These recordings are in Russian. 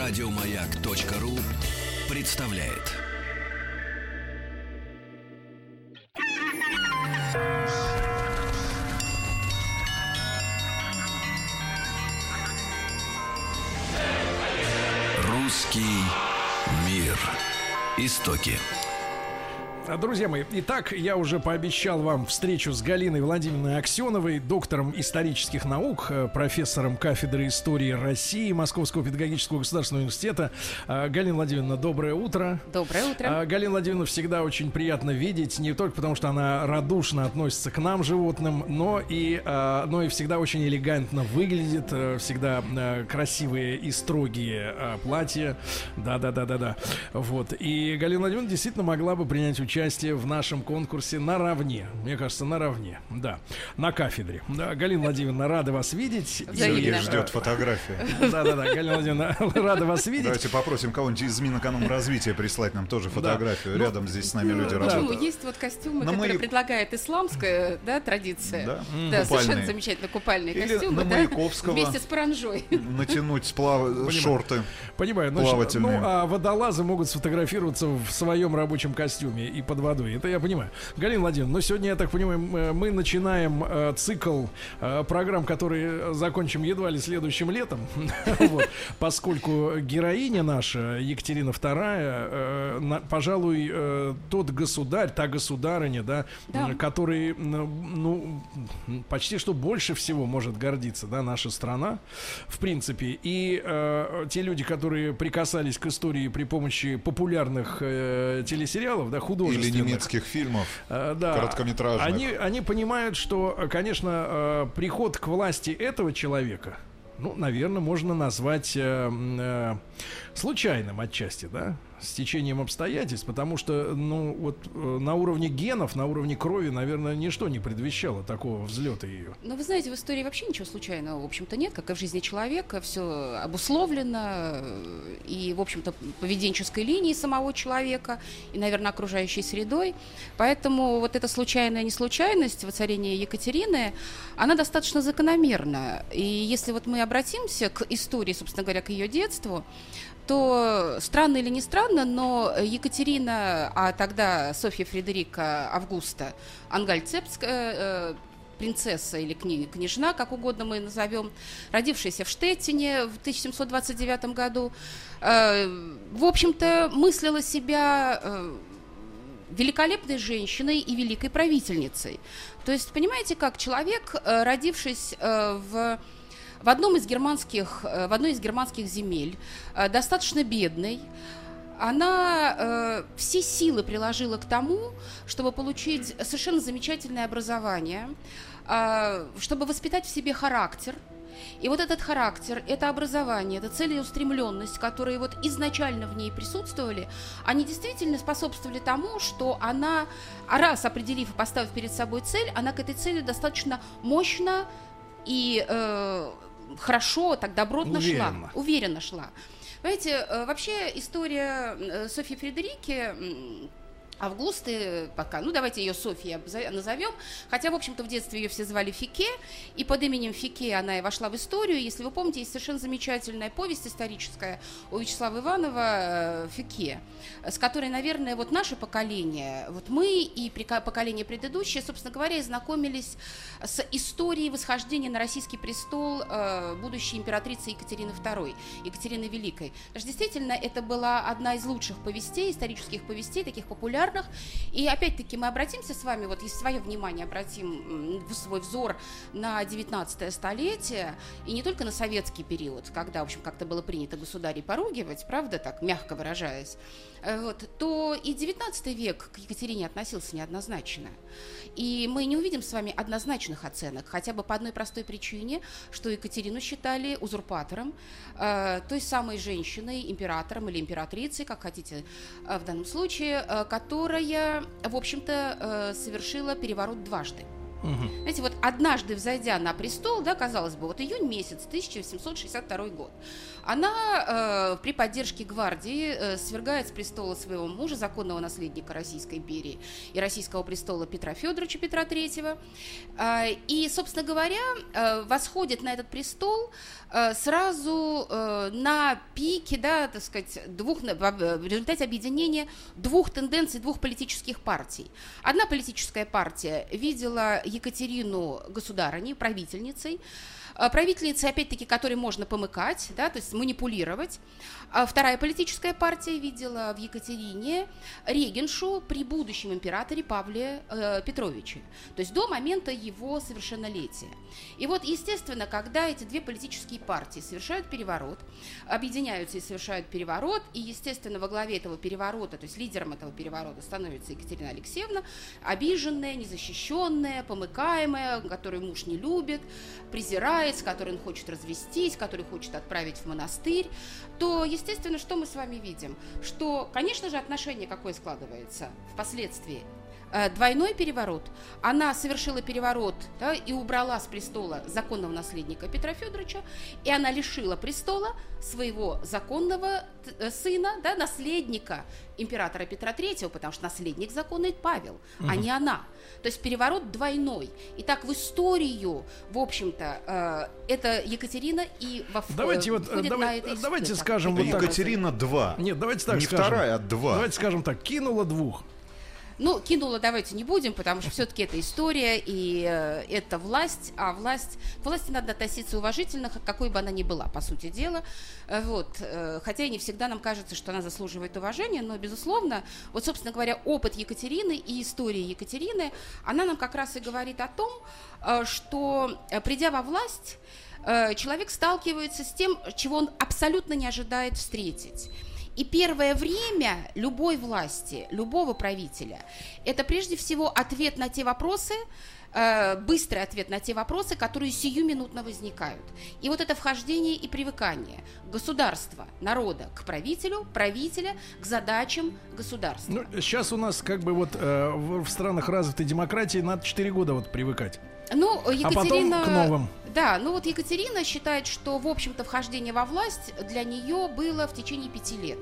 Радиомаяк.ру представляет. Русский мир. Истоки. Друзья мои, итак, я уже пообещал вам встречу с Галиной Владимировной Аксеновой, доктором исторических наук, профессором кафедры истории России Московского педагогического государственного университета. Галина Владимировна, доброе утро. Доброе утро. Галина Владимировна всегда очень приятно видеть, не только потому, что она радушно относится к нам, животным, но и всегда очень элегантно выглядит, всегда красивые и строгие платья. Да. Вот. И Галина Владимировна действительно могла бы принять участие в нашем конкурсе наравне. Мне кажется, наравне. Да. На кафедре. Да, Галина Владимировна, рада вас видеть. Сергей ждет фотографии. Да. Галина Владимировна, рада вас видеть. Давайте попросим кого-нибудь из Минэкономразвития прислать нам тоже фотографию. Рядом здесь с нами люди работают. Почему? Есть вот костюмы, которые предлагает исламская, традиция. Да, совершенно замечательно. Купальные костюмы. Или на Маяковского вместе с паранжой. натянуть шорты. Понимаю. Плавательные. А водолазы могут сфотографироваться в своем рабочем костюме и под водой. Это я понимаю. Галина Владимировна, сегодня, я так понимаю, мы начинаем цикл программ, которые закончим едва ли следующим летом. Поскольку героиня наша, Екатерина II, пожалуй, тот государь, та государыня, который, почти что больше всего может гордиться, наша страна, в принципе. И те люди, которые прикасались к истории при помощи популярных телесериалов, художественных, или немецких фильмов, короткометражных. Они понимают, что, конечно, приход к власти этого человека, наверное, можно назвать случайным отчасти, с течением обстоятельств, потому что, на уровне генов, на уровне крови, наверное, ничто не предвещало такого взлета ее. Но вы знаете, в истории вообще ничего случайного, в общем-то, нет, как и в жизни человека, все обусловлено и, в общем-то, поведенческой линией самого человека и, наверное, окружающей средой. Поэтому вот эта случайная неслучайность воцарения Екатерины, она достаточно закономерна. И если вот мы обратимся к истории, собственно говоря, к ее детству, то странно или не странно, но Екатерина, а тогда Софья Фредерика Августа Ангальцепская, принцесса или княжна, как угодно мы назовем, родившаяся в Штеттине в 1729 году, в общем-то, мыслила себя великолепной женщиной и великой правительницей. То есть, понимаете, как человек, родившись в одной из германских земель, достаточно бедной, она все силы приложила к тому, чтобы получить совершенно замечательное образование, чтобы воспитать в себе характер. И вот этот характер, это образование, это целеустремленность, которые вот изначально в ней присутствовали, они действительно способствовали тому, что она, раз определив и поставив перед собой цель, она к этой цели достаточно мощно и хорошо, так добротно уверенно шла. Понимаете, вообще история Софьи Фредерики Августы пока, давайте ее Софьей назовем, хотя, в общем-то, в детстве ее все звали Фике, и под именем Фике она и вошла в историю. Если вы помните, есть совершенно замечательная повесть историческая у Вячеслава Иванова «Фике», с которой, наверное, вот наше поколение, вот мы и поколение предыдущее, собственно говоря, и знакомились с историей восхождения на российский престол будущей императрицы Екатерины II, Екатерины Великой. Потому что действительно это была одна из лучших повестей, исторических повестей, таких популярных. И опять-таки мы обратимся с вами, вот если свое внимание обратим, свой взор на 19 столетие, и не только на советский период, когда, в общем, как-то было принято государей поругивать, правда, так, мягко выражаясь, то и 19 век к Екатерине относился неоднозначно. И мы не увидим с вами однозначных оценок, хотя бы по одной простой причине, что Екатерину считали узурпатором, той самой женщиной, императором или императрицей, как хотите в данном случае, которая, в общем-то, совершила переворот дважды. Знаете, вот однажды взойдя на престол, да, казалось бы, вот июнь месяц, 1762 год, она при поддержке гвардии свергает с престола своего мужа, законного наследника Российской империи и российского престола Петра Федоровича, Петра III, и, собственно говоря, восходит на этот престол сразу на пике, да, так сказать, в результате объединения двух тенденций, двух политических партий. Одна политическая партия видела Екатерину государыней, правительницей, опять-таки, которой можно помыкать, да, то есть манипулировать. А вторая политическая партия видела в Екатерине регеншу при будущем императоре Павле Петровиче, то есть до момента его совершеннолетия. И вот, естественно, когда эти две политические партии совершают переворот, объединяются и совершают переворот, и, естественно, во главе этого переворота, то есть лидером этого переворота становится Екатерина Алексеевна, обиженная, незащищенная, помыкаемая, которую муж не любит, презирает, с которой он хочет развестись, который хочет отправить в монастырь, то, естественно, что мы с вами видим? Что, конечно же, отношение какое складывается впоследствии? Двойной переворот. Она совершила переворот, да, и убрала с престола законного наследника Петра Федоровича, и она лишила престола своего законного сына, да, наследника императора Петра III, потому что наследник законный Павел, а не она. То есть переворот двойной. И так в историю, в общем-то, это Екатерина и давайте скажем вот так. Екатерина 2. Нет, давайте так не скажем. Вторая, а 2. Давайте скажем так, кинула двух. Ну, кинула давайте не будем, потому что все-таки это история, и это власть, а к власти надо относиться уважительно, какой бы она ни была, по сути дела. Вот. Хотя и не всегда нам кажется, что она заслуживает уважения, но, безусловно, вот, собственно говоря, опыт Екатерины и история Екатерины, она нам как раз и говорит о том, что, придя во власть, человек сталкивается с тем, чего он абсолютно не ожидает встретить. И первое время любой власти, любого правителя, это прежде всего ответ на те вопросы, быстрый ответ на те вопросы, которые сиюминутно возникают. И вот это вхождение и привыкание государства, народа к правителю, правителя к задачам государства. Ну, сейчас у нас как бы вот в странах развитой демократии надо 4 года вот привыкать. Ну, Екатерина, а потом к новым. Да, ну вот Екатерина считает, что, в общем-то, вхождение во власть для нее было в течение 5 лет.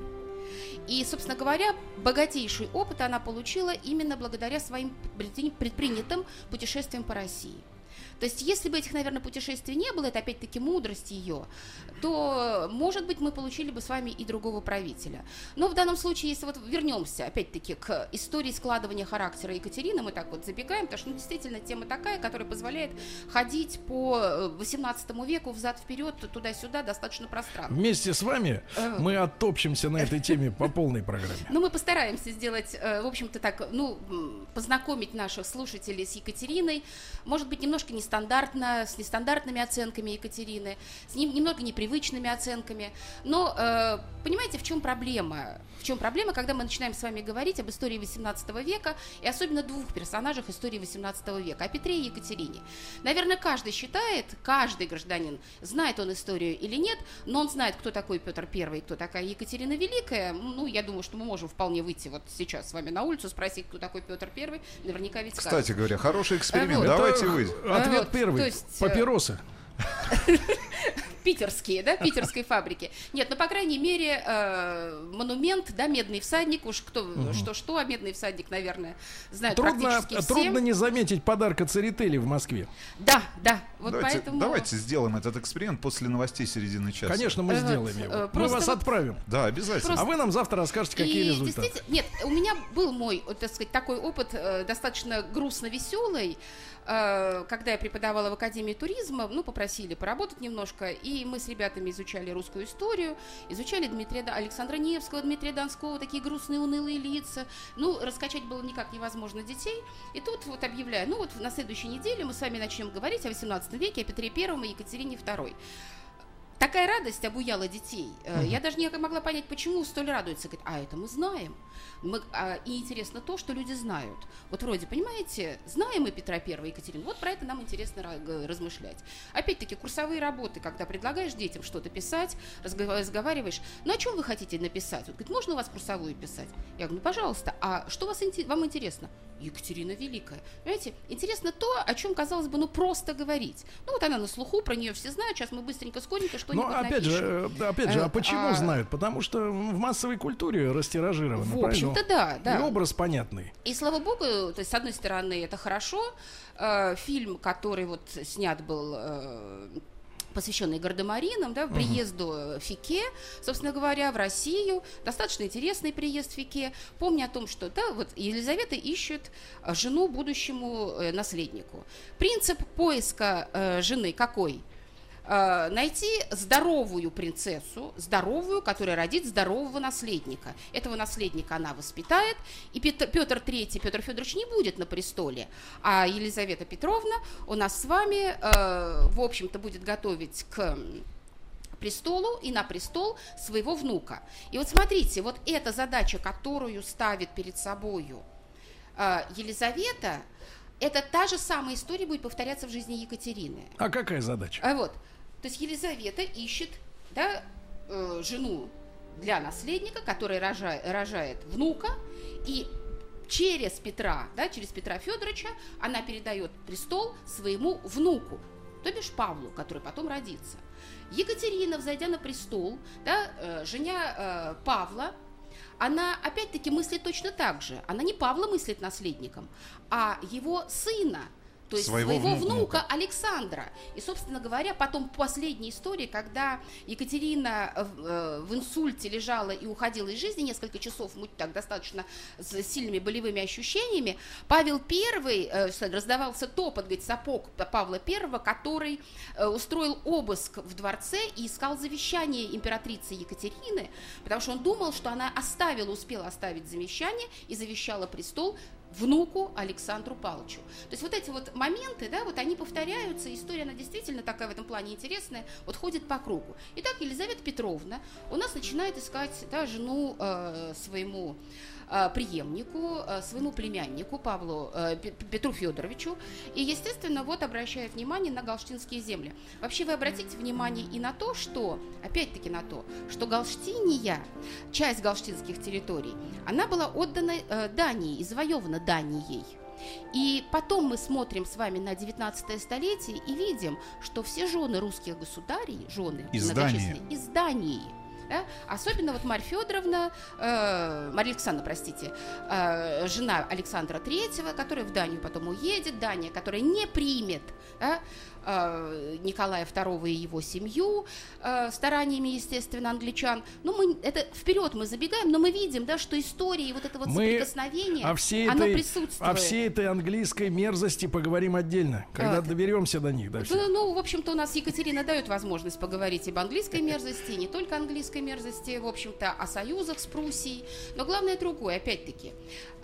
И, собственно говоря, богатейший опыт она получила именно благодаря своим предпринятым путешествиям по России. То есть, если бы этих, наверное, путешествий не было, это опять-таки мудрость ее, то, может быть, мы получили бы с вами и другого правителя. Но в данном случае, если вот вернемся, опять-таки, к истории складывания характера Екатерины, мы так вот забегаем, потому что, ну, действительно, тема такая, которая позволяет ходить по 18 веку взад-вперед, туда-сюда достаточно пространно. Вместе с вами мы оттопчемся на этой теме по полной программе. Ну, мы постараемся сделать, в общем-то, так, ну, познакомить наших слушателей с Екатериной, может быть, немножко нестандартно, с нестандартными оценками Екатерины, с немного непривычными оценками. Но, понимаете, в чем проблема? В чем проблема, когда мы начинаем с вами говорить об истории XVIII века, и особенно двух персонажах истории XVIII века, о Петре и Екатерине. Наверное, каждый считает, каждый гражданин, знает он историю или нет, но он знает, кто такой Петр I и кто такая Екатерина Великая. Ну, я думаю, что мы можем вполне выйти вот сейчас с вами на улицу, спросить, кто такой Петр I, наверняка ведь скажут. Кстати говоря, хороший эксперимент. Вот. Давайте вы. Ответ Вот, первый. то есть, папиросы. Питерские, да, питерской фабрики. Нет, ну, по крайней мере, монумент, да, медный всадник, уж кто, что, а медный всадник, наверное, знают практически все. Трудно не заметить подарка Церетели в Москве. Да, вот поэтому... Давайте сделаем этот эксперимент после новостей середины часа. Конечно, мы сделаем его. Мы вас отправим. Да, обязательно. А вы нам завтра расскажете, какие результаты. Нет, у меня был мой, так сказать, такой опыт достаточно грустно-веселый, когда я преподавала в Академии туризма, ну, попросили поработать немножко, и мы с ребятами изучали русскую историю, изучали Александра Невского, Дмитрия Донского, такие грустные, унылые лица. Ну, раскачать было никак невозможно детей. И тут вот объявляю, ну, вот на следующей неделе мы с вами начнем говорить о XVIII веке, о Петре I и Екатерине II. такая радость обуяла детей. Я даже не могла понять, почему столь радуются. Говорит, это мы знаем. И интересно то, что люди знают. Вот вроде, понимаете, знаем мы Петра I и Екатерину, вот про это нам интересно размышлять. Опять-таки, курсовые работы, когда предлагаешь детям что-то писать, разговариваешь, о чем вы хотите написать? Вот, говорит, можно у вас курсовую писать? Я говорю, пожалуйста, а что вам интересно? Екатерина Великая. Понимаете, интересно то, о чем, казалось бы, просто говорить. Вот она на слуху, про нее все знают, сейчас мы быстренько, скоренько что-нибудь напишем. Опять же, а почему знают? Потому что в массовой культуре растиражировано, в общем-то, да. И образ понятный. И слава богу, то есть, с одной стороны, это хорошо. Фильм, который вот снят был... посвященный гардемаринам, приезду Фике, собственно говоря, в Россию. Достаточно интересный приезд Фике. Помня о том, что Елизавета ищет жену будущему наследнику. Принцип поиска жены какой? Найти здоровую принцессу, которая родит здорового наследника. Этого наследника она воспитает, и Петр Федорович не будет на престоле, а Елизавета Петровна у нас с вами, в общем-то, будет готовить к престолу и на престол своего внука. И вот смотрите, вот эта задача, которую ставит перед собою Елизавета, это та же самая история будет повторяться в жизни Екатерины. А какая задача? То есть Елизавета ищет жену для наследника, который рожает внука, и через Петра Федоровича она передает престол своему внуку, то бишь Павлу, который потом родится. Екатерина, взойдя на престол, женя Павла, она опять-таки мыслит точно так же. Она не Павла мыслит наследником, а его сына, то есть своего внука Александра. И, собственно говоря, потом последняя история, когда Екатерина в инсульте лежала и уходила из жизни несколько часов, достаточно с сильными болевыми ощущениями, Павел I, раздавался топот, сапог Павла I, который устроил обыск в дворце и искал завещание императрицы Екатерины, потому что он думал, что она успела оставить завещание и завещала престол внуку Александру Павловичу. То есть вот эти вот моменты, они повторяются, история, она действительно такая в этом плане интересная, ходит по кругу. Итак, Елизавета Петровна у нас начинает искать жену своему преемнику, своему племяннику Петру Федоровичу, и, естественно, обращает внимание на галштинские земли. Вообще, вы обратите внимание и на то, что, опять-таки на то, что Галштиния, часть галштинских территорий, она была отдана Дании и завоевана Данией. И потом мы смотрим с вами на 19 столетие и видим, что все жены русских государей, из Дании. Особенно Марья Александровна, жена Александра III, которая в Данию потом уедет, Дания, которая не примет Николая II и его семью стараниями, естественно, англичан. Вперед мы забегаем, но мы видим, что история и это соприкосновение, оно присутствует. О всей этой английской мерзости поговорим отдельно, когда доберемся до них. В общем-то, у нас Екатерина дает возможность поговорить об английской мерзости, не только английской мерзости, в общем-то, о союзах с Пруссией. Но главное другое, опять-таки.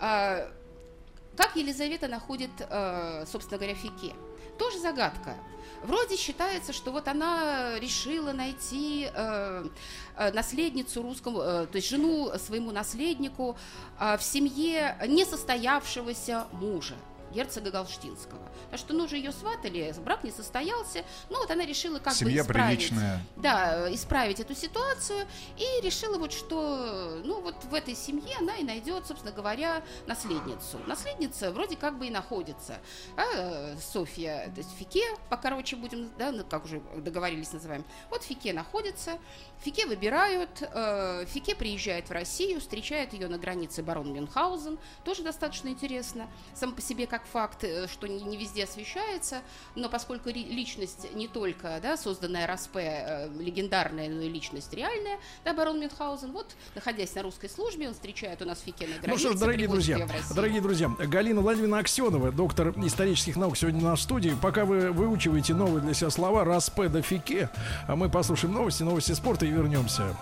Как Елизавета находит, собственно говоря, Фике? Тоже загадка. Вроде считается, что она решила найти наследницу русскому, то есть жену своему наследнику в семье несостоявшегося мужа, герцога Галштинского. Потому что же ее сватали, брак не состоялся, она решила семья приличная. Исправить эту ситуацию, и решила что, в этой семье она и найдет, собственно говоря, наследницу. Наследница вроде как бы и находится. Софья, то есть Фике, покороче будем, как уже договорились, называем. Фике находится, Фике выбирают, Фике приезжает в Россию, встречает ее на границе барон Мюнхгаузен, тоже достаточно интересно, сам по себе как факт, что не везде освещается, но поскольку личность не только созданная Распе, легендарная, но и личность реальная, барон Мюнхгаузен, находясь на русской службе, он встречает у нас Фике на границе. Дорогие друзья, Галина Владимировна Аксенова, доктор исторических наук, сегодня на студии. Пока вы выучиваете новые для себя слова Распе да Фике, а мы послушаем новости спорта и вернемся.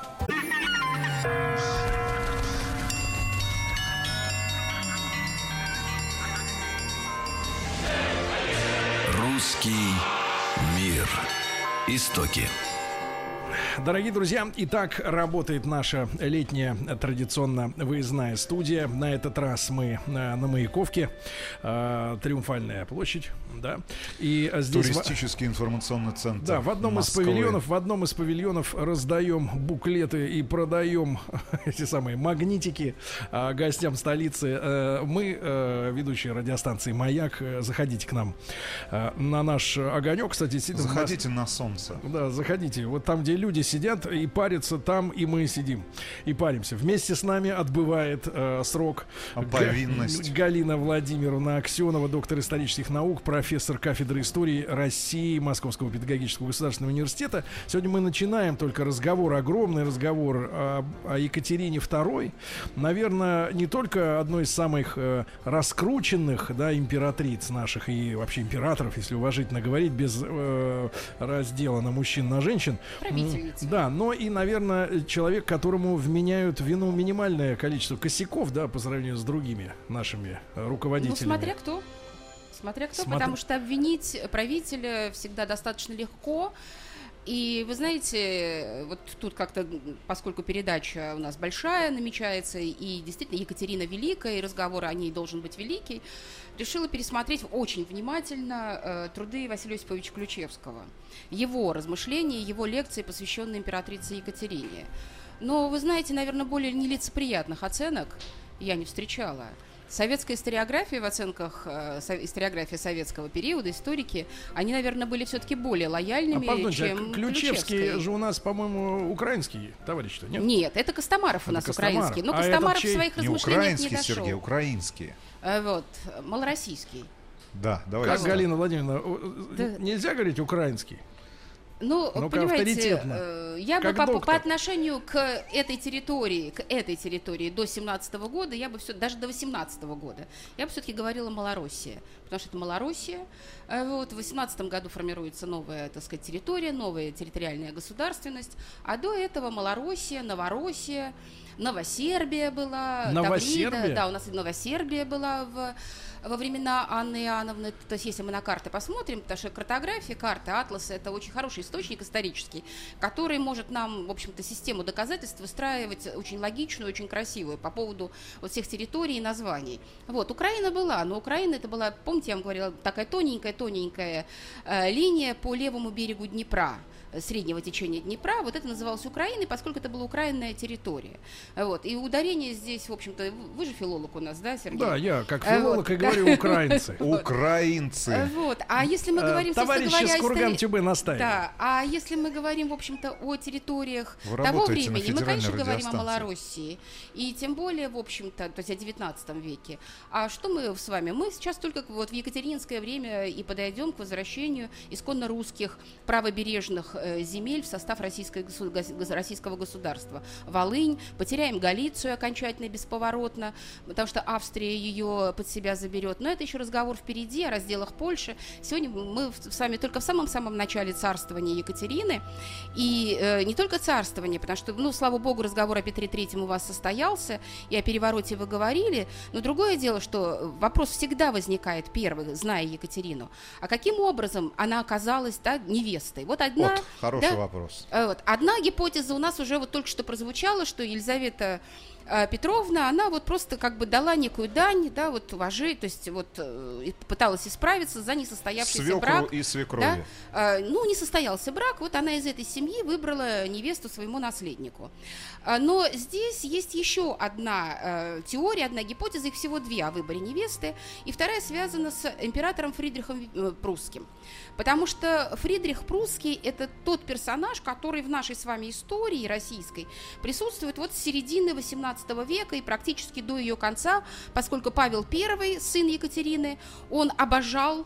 Русский мир. Истоки. Дорогие друзья, итак, работает наша летняя традиционно выездная студия. На этот раз мы на Маяковке, Триумфальная площадь, да. И здесь туристический информационный центр. Да, в одном из павильонов раздаем буклеты и продаем эти самые магнитики гостям столицы. Мы, ведущие радиостанции «Маяк», заходите к нам на наш огонек. Кстати, заходите на солнце. Да, заходите. Вот там, где люди сидят и парятся, там и мы сидим и паримся. Вместе с нами отбывает срок Галина Владимировна Аксенова, доктор исторических наук, профессор кафедры истории России Московского педагогического государственного университета. Сегодня мы начинаем только огромный разговор о Екатерине II. Наверное, не только одной из самых раскрученных, да, императриц наших и вообще императоров, если уважительно говорить, без раздела на мужчин, на женщин. Да, но и, наверное, человек, которому вменяют вину минимальное количество косяков, да, по сравнению с другими нашими руководителями. Ну, смотря кто, потому что обвинить правителя всегда достаточно легко. И вы знаете, вот тут как-то, поскольку передача у нас большая намечается, и действительно Екатерина Великая, и разговор о ней должен быть великий, решила пересмотреть очень внимательно труды Василия Осиповича Ключевского, его размышления, его лекции, посвященные императрице Екатерине. Но вы знаете, наверное, более нелицеприятных оценок я не встречала. Советская историография в оценках, историография советского периода, историки, они, наверное, были все-таки более лояльными, чем Ключевский же у нас, по-моему, украинский товарищ, что нет? Нет, это Костомаров у нас украинский. Но Костомаров в своих размышлениях не дошел. Сергей, украинский. Вот, малороссийский. Да, давай. Как, Галина Владимировна, нельзя говорить украинский? Ну, понимаете, я бы по отношению к этой территории до 17-го года, я бы даже до 18-го года, я бы все-таки говорила Малороссия, потому что это Малороссия. Вот, в 18-м году формируется новая, так сказать, территория, новая территориальная государственность, а до этого Малороссия, Новороссия, Новосербия была, Таврида, да, у нас и Новосербия была во времена Анны Иоанновны. То есть, если мы на карты посмотрим, потому что картография, карты, атласы — это очень хороший источник исторический, который может нам, в общем-то, систему доказательств выстраивать очень логичную, очень красивую по поводу вот всех территорий и названий. Вот, Украина была, но Украина это была, помните, я вам говорила, такая тоненькая линия по левому берегу Днепра, среднего течения Днепра, вот это называлось Украиной, поскольку это была украинная территория. Вот. И ударение здесь, в общем-то, вы же филолог у нас, да, Сергей? Да, я как филолог и говорю украинцы. Украинцы. Вот. А если мы говорим, товарищи с Курган-Тюбе настаивают. Да, а если мы говорим, в общем-то, о территориях того времени, мы, конечно, говорим о Малороссии. И тем более, в общем-то, то есть о 19 веке. А что мы с вами? Мы сейчас только вот в екатерининское время и подойдем к возвращению исконно русских правобережных земель в состав российского государства. Волынь, потеряем Галицию окончательно, бесповоротно, потому что Австрия ее под себя заберет. Но это еще разговор впереди о разделах Польши. Сегодня мы с вами только в самом начале царствования Екатерины. И не только царствования, потому что, ну, слава богу, разговор о Петре III у вас состоялся, и о перевороте вы говорили. Но другое дело, что вопрос всегда возникает первый, зная Екатерину. А каким образом она оказалась, да, невестой? Вот одна... Хороший вопрос. Вот. Одна гипотеза у нас уже вот только что прозвучала, что Елизавета Петровна, она вот просто как бы дала некую дань, да, вот то есть вот пыталась исправиться за несостоявшийся брак. И свекрови. Да? Ну, не состоялся брак, вот она из этой семьи выбрала невесту своему наследнику. Но здесь есть еще одна теория, одна гипотеза, их всего две о выборе невесты, и вторая связана с императором Фридрихом Прусским. Потому что Фридрих Прусский — это тот персонаж, который в нашей с вами истории российской присутствует вот с середины XVIII века и практически до ее конца, поскольку Павел I, сын Екатерины, он обожал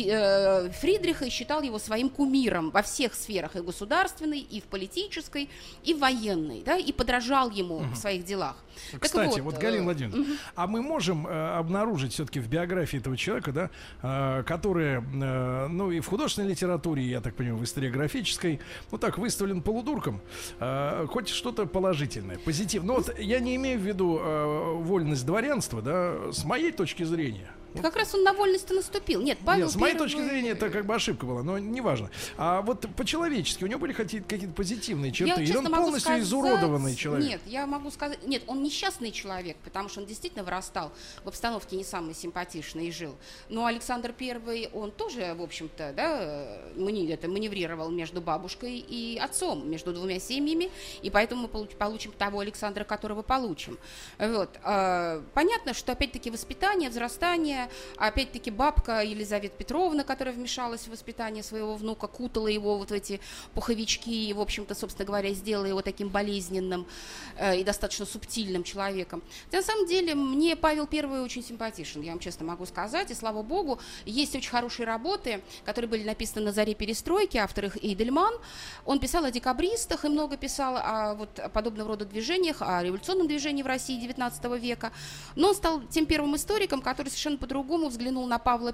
Фридриха и считал его своим кумиром во всех сферах, и государственной, и в политической, и в военной, да, и подражал ему в своих делах. Кстати, вот Галина Владимировна, а мы можем обнаружить все-таки в биографии этого человека, да, которая, ну, и в художественной литературе, я так понимаю, в историографической, ну, так, выставлен полудурком, хоть что-то положительное, позитивное. Но вот я не имею в виду вольность дворянства, да, с моей точки зрения. Как раз он на вольность-то наступил. Нет, Павел Нет, с моей Первый- точки зрения, это как бы ошибка была, но неважно. А вот по-человечески у него были какие-то позитивные черты? Или честно он могу полностью сказать, изуродованный человек? Нет, я могу сказать... Нет, он несчастный человек, потому что он действительно вырастал в обстановке не самой симпатичной и жил. Но Александр I, он тоже, в общем-то, да, маневрировал между бабушкой и отцом, между двумя семьями, и поэтому мы получим того Александра, которого получим. Вот. Понятно, что, опять-таки, воспитание, взрастание, опять-таки, бабка Елизавета Петровна, которая вмешалась в воспитание своего внука, кутала его вот в эти пуховички и, в общем-то, собственно говоря, сделала его таким болезненным и достаточно субтильным человеком. На самом деле, мне Павел I очень симпатичен, я вам честно могу сказать, и слава богу, есть очень хорошие работы, которые были написаны на заре перестройки, автор их Эйдельман. Он писал о декабристах и много писал о вот подобного рода движениях, о революционном движении в России XIX века. Но он стал тем первым историком, который совершенно по-другому взглянул на Павла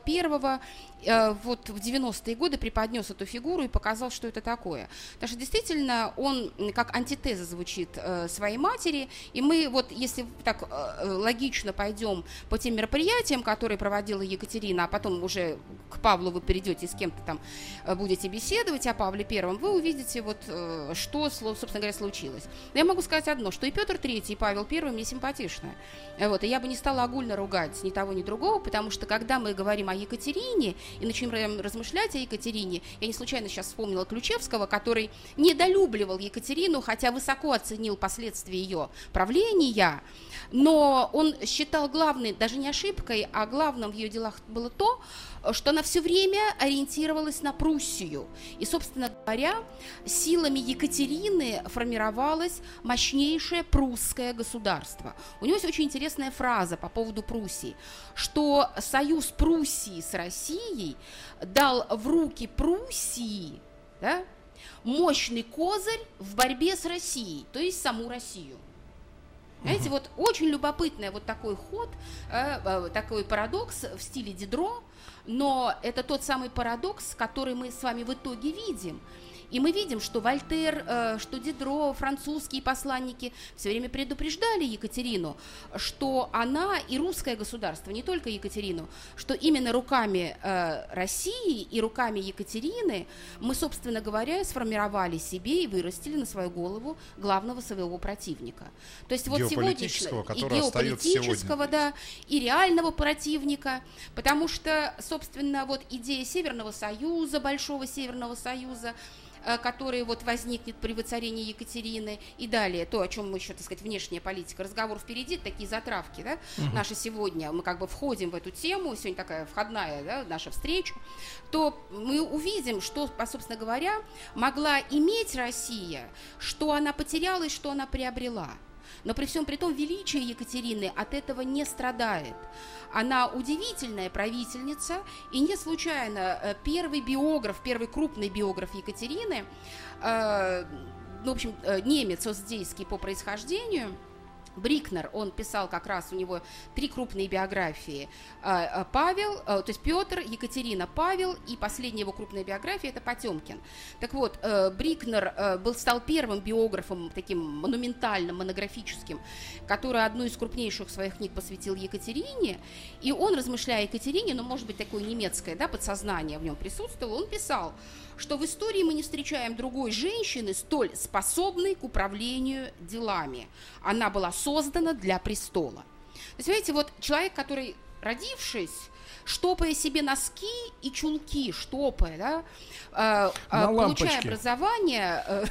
I вот в 90-е годы, преподнес эту фигуру и показал, что это такое. Потому что действительно он как антитеза звучит своей матери, и мы вот, если так логично пойдем по тем мероприятиям, которые проводила Екатерина, а потом уже к Павлу вы перейдете, с кем-то там будете беседовать о Павле Первом, вы увидите вот что, собственно говоря, случилось. Но я могу сказать одно, что и Петр III, и Павел I мне симпатичны. Вот, и я бы не стала огульно ругать ни того, ни другого, потому что когда мы говорим о Екатерине и начнем размышлять о Екатерине, я не случайно сейчас вспомнила Ключевского, который недолюбливал Екатерину, хотя высоко оценил последствия ее правления, но он считал главной, даже не ошибкой, а главным в ее делах было то, что она все время ориентировалась на Пруссию. И, собственно говоря, силами Екатерины формировалось мощнейшее прусское государство. У него есть очень интересная фраза по поводу Пруссии, что союз Пруссии с Россией дал в руки Пруссии, да, мощный козырь в борьбе с Россией, то есть саму Россию. Знаете, вот очень любопытный вот такой ход, такой парадокс в стиле Дидро, но это тот самый парадокс, который мы с вами в итоге видим. И мы видим, что Вольтер, что Дидро, французские посланники все время предупреждали Екатерину, что она и русское государство, не только Екатерину, что именно руками России и руками Екатерины мы, собственно говоря, сформировали себе и вырастили на свою голову главного своего противника. То есть вот геополитического, сегодняшнего, и геополитического, да, и реального противника, потому что, собственно, вот идея Северного Союза, Большого Северного Союза, который вот возникнет при воцарении Екатерины, и далее то, о чем мы еще, так сказать, внешняя политика, разговор впереди, такие затравки, да, наши сегодня, мы как бы входим в эту тему, сегодня такая входная, да, наша встреча, то мы увидим, что, собственно говоря, могла иметь Россия, что она потеряла и что она приобрела. Но при всем при том величие Екатерины от этого не страдает. Она удивительная правительница, и не случайно первый биограф, первый крупный биограф Екатерины, в общем, немец оздейский по происхождению, Брикнер, он писал как раз, у него 3 крупные биографии. Павел, то есть Петр, Екатерина, Павел, и последняя его крупная биография – это Потемкин. Так вот, Брикнер стал первым биографом, таким монументальным, монографическим, который одну из крупнейших своих книг посвятил Екатерине, и он, размышляя о Екатерине, ну, может быть, такое немецкое, да, подсознание в нем присутствовало, он писал, что в истории мы не встречаем другой женщины, столь способной к управлению делами. Она была создана для престола. То есть, видите, вот человек, который, родившись, штопая себе носки и чулки, штопая, да, получая образование...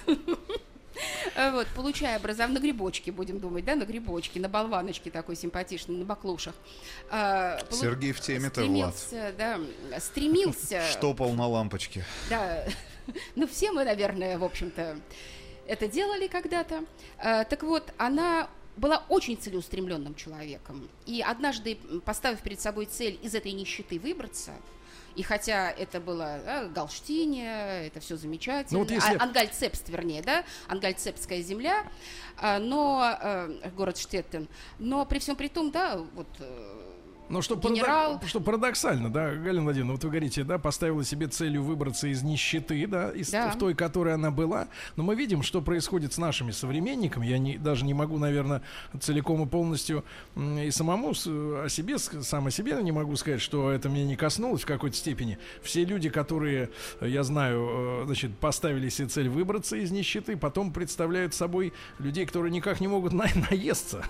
Вот, получая образование, на грибочке, будем думать, да, на грибочке, на болваночке такой симпатичной, на баклушах. Сергей в теме-то, Влад. Да, стремился... Штопал на лампочке. Да, ну все мы, наверное, в общем-то, это делали когда-то. Так вот, она была очень целеустремленным человеком. И однажды, поставив перед собой цель из этой нищеты выбраться, и хотя это было Галштине, это все замечательно, ну, вот если... Ангальцепст, вернее, да, Ангальцепстская земля, но город Штеттен, но при всем при том, да, вот Но что, генерал. что парадоксально, да, Галина Владимировна, вот вы говорите, да, поставила себе целью выбраться из нищеты, да, в той, которой она была. Но мы видим, что происходит с нашими современниками. Я даже не могу, наверное, целиком и полностью и самому о себе, сам о себе не могу сказать, что это меня не коснулось в какой-то степени. Все люди, которые, я знаю, значит, поставили себе цель выбраться из нищеты, потом представляют собой людей, которые никак не могут наесться.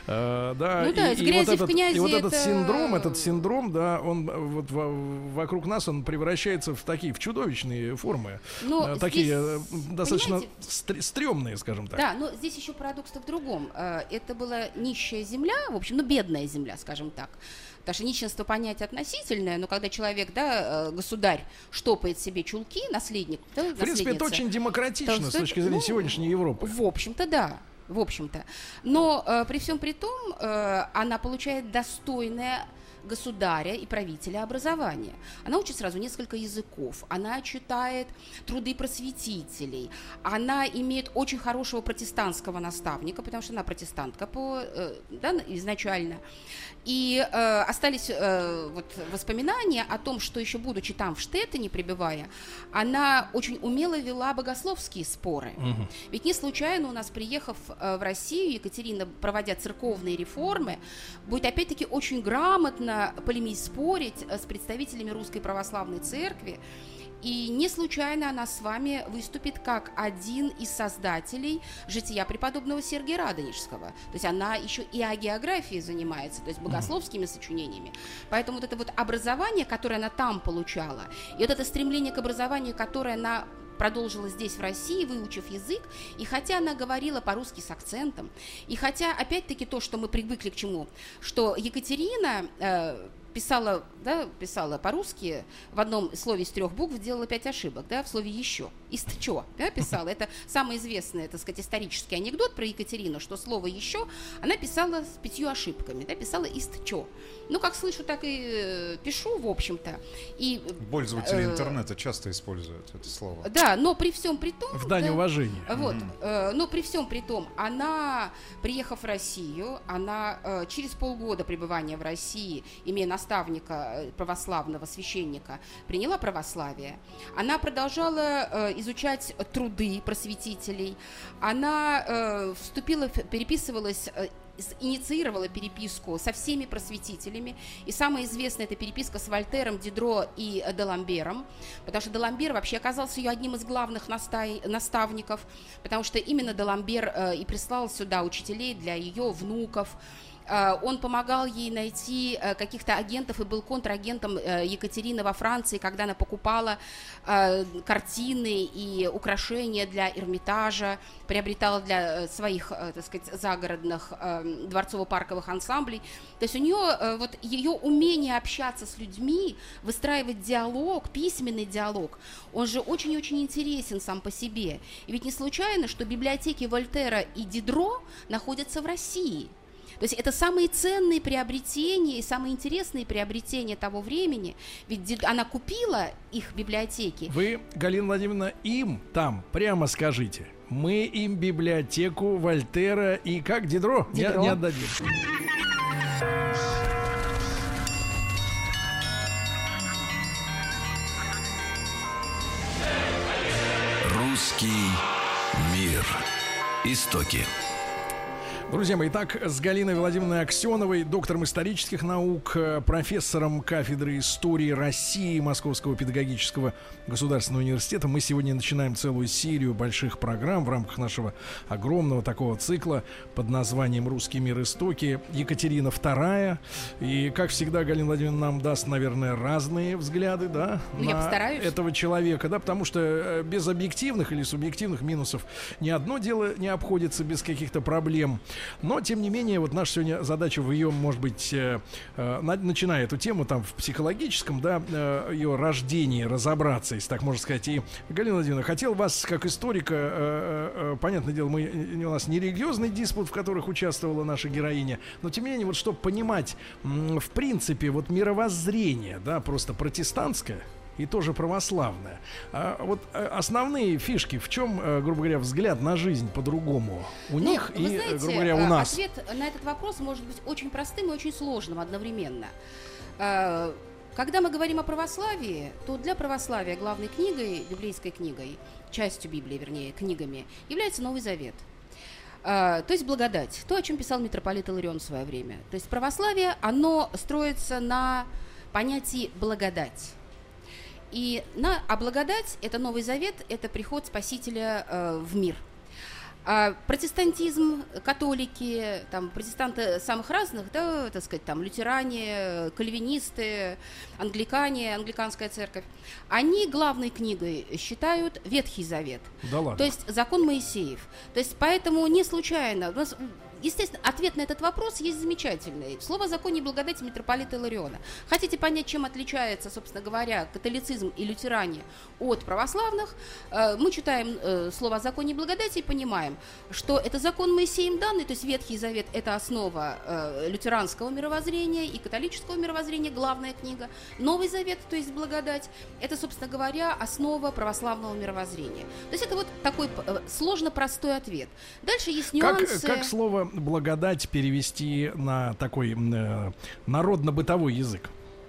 Да, ну да, из грязи в князи. И вот этот синдром, да, он вот вокруг нас он превращается в такие, в чудовищные формы. Но такие здесь, достаточно стрёмные, скажем так. Да, но здесь еще парадокс-то в другом. Это была нищая земля, в общем, ну, бедная земля, скажем так. Потому что нищенство понятие относительное, но когда человек, да, государь, штопает себе чулки, наследник, да, в принципе, это очень демократично с точки зрения сегодняшней Европы. В общем-то, да. В общем-то. Но при всем при том, она получает достойное государя и правителя образования. Она учит сразу несколько языков, она читает труды просветителей, она имеет очень хорошего протестантского наставника, потому что она протестантка да, изначально. И остались вот воспоминания о том, что еще будучи там в Штеттине, пребывая, она очень умело вела богословские споры. Угу. Ведь не случайно у нас, приехав в Россию, Екатерина, проводя церковные реформы, будет опять-таки очень грамотно спорить с представителями Русской Православной Церкви. И не случайно она с вами выступит как один из создателей жития преподобного Сергия Радонежского. То есть она еще и о географии занимается, то есть богословскими сочинениями. Поэтому вот это вот образование, которое она там получала, и вот это стремление к образованию, которое она продолжила здесь, в России, выучив язык, и хотя она говорила по-русски с акцентом, и хотя, опять-таки, то, что мы привыкли к чему, что Екатерина писала по-русски, в одном слове из 3 букв делала 5 ошибок, да, в слове «еще». «Истчё», да, писала. Это самый известный, так сказать, исторический анекдот про Екатерину, что слово «еще» она писала с 5 ошибками, да, писала «истчё». Ну, как слышу, так и пишу, в общем-то. И, пользователи интернета часто используют это слово. Да, но при всем при том... В дань уважения. Вот, но при всем при том, она, приехав в Россию, она через полгода пребывания в России, имея наставника православного священника, приняла православие. Она продолжала изучать труды просветителей. Она переписывалась, инициировала переписку со всеми просветителями. И самая известная эта переписка с Вольтером, Дидро и Даламбером, потому что Даламбер вообще оказался ее одним из главных наставников, потому что именно Даламбер и прислал сюда учителей для ее внуков. Он помогал ей найти каких-то агентов и был контрагентом Екатерины во Франции, когда она покупала картины и украшения для Эрмитажа, приобретала для своих, так сказать, загородных дворцово-парковых ансамблей. То есть у нее вот ее умение общаться с людьми, выстраивать диалог, письменный диалог, он же очень-очень интересен сам по себе. И ведь не случайно, что библиотеки Вольтера и Дидро находятся в России. То есть это самые ценные приобретения и самые интересные приобретения того времени. Ведь она купила их библиотеки. Вы, Галина Владимировна, им там прямо скажите: мы им библиотеку Вольтера и как Дидро не отдадим. Русский мир. Истоки. Друзья мои, итак, с Галиной Владимировной Аксеновой, доктором исторических наук, профессором кафедры истории России Московского педагогического государственного университета, мы сегодня начинаем целую серию больших программ в рамках нашего огромного такого цикла под названием «Русский мир. Истоки». Екатерина II. И, как всегда, Галина Владимировна нам даст, наверное, разные взгляды, да, на этого человека, да, потому что без объективных или субъективных минусов ни одно дело не обходится без каких-то проблем. Но, тем не менее, вот наша сегодня задача в ее, может быть, начиная эту тему там в психологическом, да, ее рождении разобраться, если так можно сказать. И, Галина Владимировна, хотел вас, как историка, понятное дело, у нас не религиозный диспут, в которых участвовала наша героиня, но, тем не менее, вот чтобы понимать, в принципе, вот мировоззрение, да, просто протестантское, и тоже православная. Вот основные фишки, в чем, грубо говоря, взгляд на жизнь по-другому у них и, знаете, грубо говоря, у нас? Ответ на этот вопрос может быть очень простым и очень сложным одновременно. Когда мы говорим о православии, то для православия главной книгой, библейской книгой, частью Библии, вернее, книгами, является Новый Завет. То есть благодать, то, о чем писал митрополит Иларион в свое время. То есть православие, оно строится на понятии благодать. А благодать – это Новый Завет, это приход Спасителя в мир. Протестантизм, католики, там, протестанты самых разных, да, так сказать, там, лютеране, кальвинисты, англикане, англиканская церковь, они главной книгой считают Ветхий Завет. Да ладно. То есть закон Моисеев. То есть поэтому не случайно у нас... Естественно, ответ на этот вопрос есть замечательный. Слово о законе и благодати митрополита Илариона. Хотите понять, чем отличается, собственно говоря, католицизм и лютеране от православных? Мы читаем слово о законе и благодати и понимаем, что это закон Моисеем данный, то есть Ветхий Завет – это основа лютеранского мировоззрения и католического мировоззрения, главная книга. Новый Завет, то есть благодать – это, собственно говоря, основа православного мировоззрения. То есть это вот такой сложно простой ответ. Дальше есть нюансы. Как слово благодать перевести на такой народно-бытовой язык?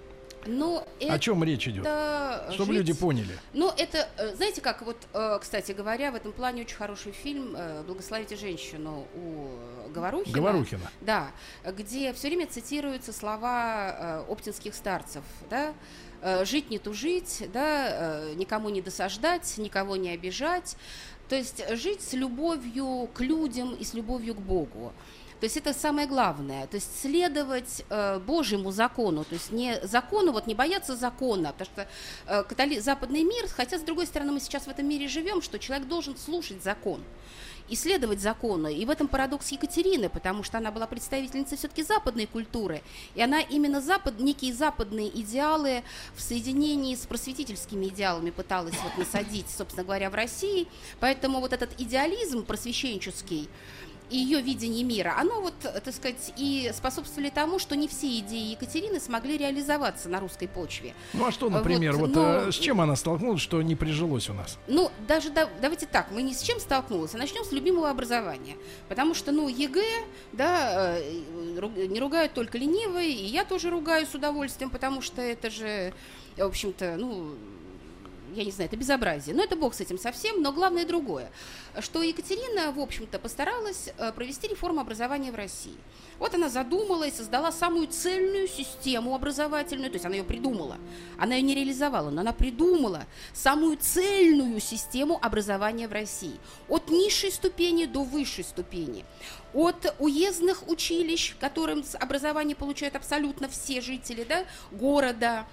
Но о чем речь идет? Чтобы люди поняли. Ну, это, знаете как, вот, кстати говоря, в этом плане очень хороший фильм «Благословите женщину» у Говорухина. Говорухина. Да, где все время цитируются слова оптинских старцев, да, жить не тужить, да, никому не досаждать, никого не обижать. То есть жить с любовью к людям и с любовью к Богу. То есть это самое главное. То есть следовать Божьему закону. То есть не закону, вот не бояться закона. Потому что западный мир, хотя, с другой стороны, мы сейчас в этом мире живем, что человек должен слушать закон и следовать закону. И в этом парадокс Екатерины, потому что она была представительницей все-таки западной культуры. И она именно некие западные идеалы в соединении с просветительскими идеалами пыталась вот насадить, собственно говоря, в России. Поэтому вот этот идеализм просвещенческий и ее видение мира, оно вот, так сказать, и способствовали тому, что не все идеи Екатерины смогли реализоваться на русской почве. Ну а что, например, с чем она столкнулась, что не прижилось у нас? Ну, даже давайте так, мы ни с чем столкнулись, а начнем с любимого образования. Потому что, ЕГЭ, да, не ругают только ленивые, и я тоже ругаю с удовольствием, потому что это же, в общем-то, я не знаю, это безобразие. Но это бог с этим совсем, но главное другое, что Екатерина, в общем-то, постаралась провести реформу образования в России. Вот она задумала и создала самую цельную систему образовательную, то есть она ее придумала, она ее не реализовала, но она придумала самую цельную систему образования в России. От низшей ступени до высшей ступени. От уездных училищ, которым образование получают абсолютно все жители, да, города,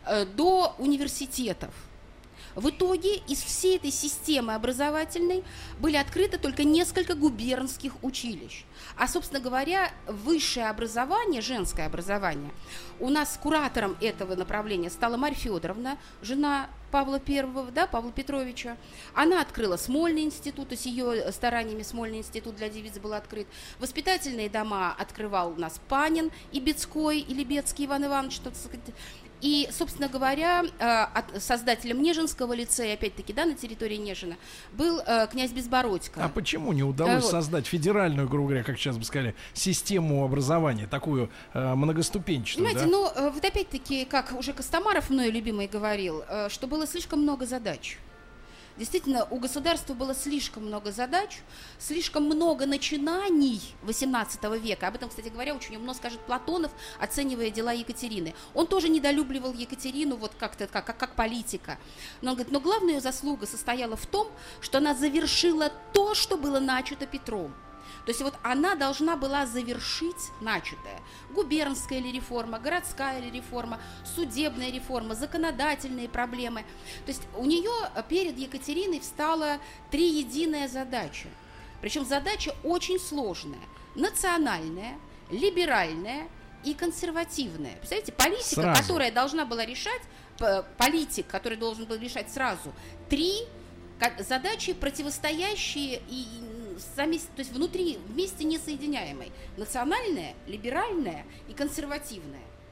до университетов. В итоге из всей этой системы образовательной были открыты только несколько губернских училищ. А, собственно говоря, высшее образование, женское образование, у нас куратором этого направления стала Марья Федоровна, жена Павла I, да, Павла Петровича. Она открыла Смольный институт, то есть ее стараниями Смольный институт для девиц был открыт. Воспитательные дома открывал у нас Панин и Бецкой, или Бецкий Иван Иванович, что-то сказать. И, собственно говоря, создателем Нежинского лицея, опять-таки, да, на территории Нежина, был князь Безбородько. А почему не удалось создать федеральную, грубо говоря, как сейчас бы сказали, систему образования, такую многоступенчатую? Понимаете, да? Вот опять-таки, как уже Костомаров, мной любимый, говорил, что было слишком много задач. Действительно, у государства было слишком много задач, слишком много начинаний XVIII века. Об этом, кстати говоря, очень умно скажет Платонов, оценивая дела Екатерины. Он тоже недолюбливал Екатерину вот как-то как политика. Но он говорит, но главная ее заслуга состояла в том, что она завершила то, что было начато Петром. То есть вот она должна была завершить начатое. Губернская ли реформа, городская ли реформа, судебная реформа, законодательные проблемы. То есть у нее перед Екатериной встала триединая задача. Причем задача очень сложная. Национальная, либеральная и консервативная. Представляете, политика, которая должна была решать, политик, который должен был решать сразу три задачи, противостоящие и сами, то есть внутри, вместе несоединяемой. Национальная, либеральная и консервативная.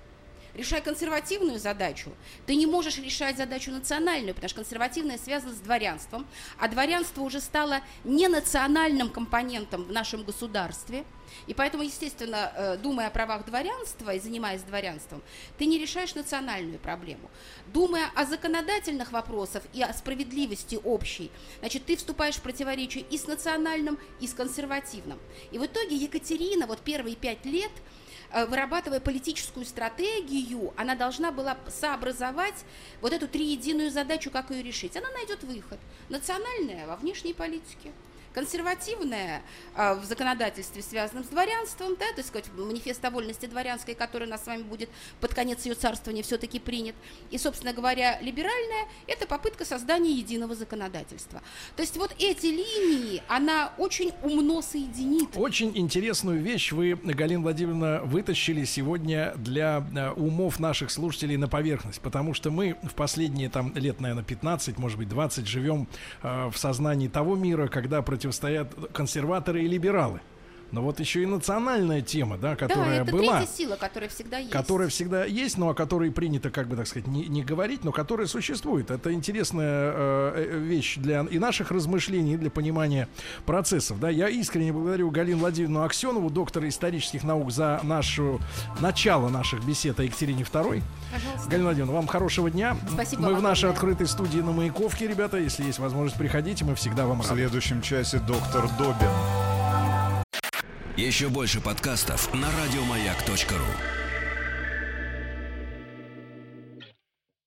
решай консервативную задачу, ты не можешь решать задачу национальную, потому что консервативная связана с дворянством, а дворянство уже стало не национальным компонентом в нашем государстве. И поэтому, естественно, думая о правах дворянства и занимаясь дворянством, ты не решаешь национальную проблему. Думая о законодательных вопросах и о справедливости общей, значит, ты вступаешь в противоречие и с национальным, и с консервативным. И в итоге Екатерина вот первые 5 лет, вырабатывая политическую стратегию, она должна была сообразовать вот эту триединую задачу, как ее решить. Она найдет выход. Национальная во внешней политике, консервативная в законодательстве, связанном с дворянством, да, так сказать, манифест о вольности дворянской, который у нас с вами будет под конец ее царствования все-таки принят. И, собственно говоря, либеральная – это попытка создания единого законодательства. То есть вот эти линии она очень умно соединит. Очень интересную вещь вы, Галина Владимировна, вытащили сегодня для умов наших слушателей на поверхность, потому что мы в последние там лет, наверное, 15, может быть, 20 живем в сознании того мира, когда противостоят консерваторы и либералы. Но вот еще и национальная тема, да, которая это была. третья сила, которая всегда есть. Которая всегда есть, но о которой принято, как бы так сказать, не говорить, но которая существует. Это интересная вещь для и наших размышлений, и для понимания процессов. Да. Я искренне благодарю Галину Владимировну Аксенову, доктора исторических наук, за начало наших бесед о Екатерине II. Пожалуйста. Галина Владимировна, вам хорошего дня. Спасибо. Мы вам в нашей огромное. открытой студии на Маяковке, ребята. Если есть возможность, приходите, мы всегда вам В рады. следующем часе доктор Добин. Еще больше подкастов на радиомаяк.ру.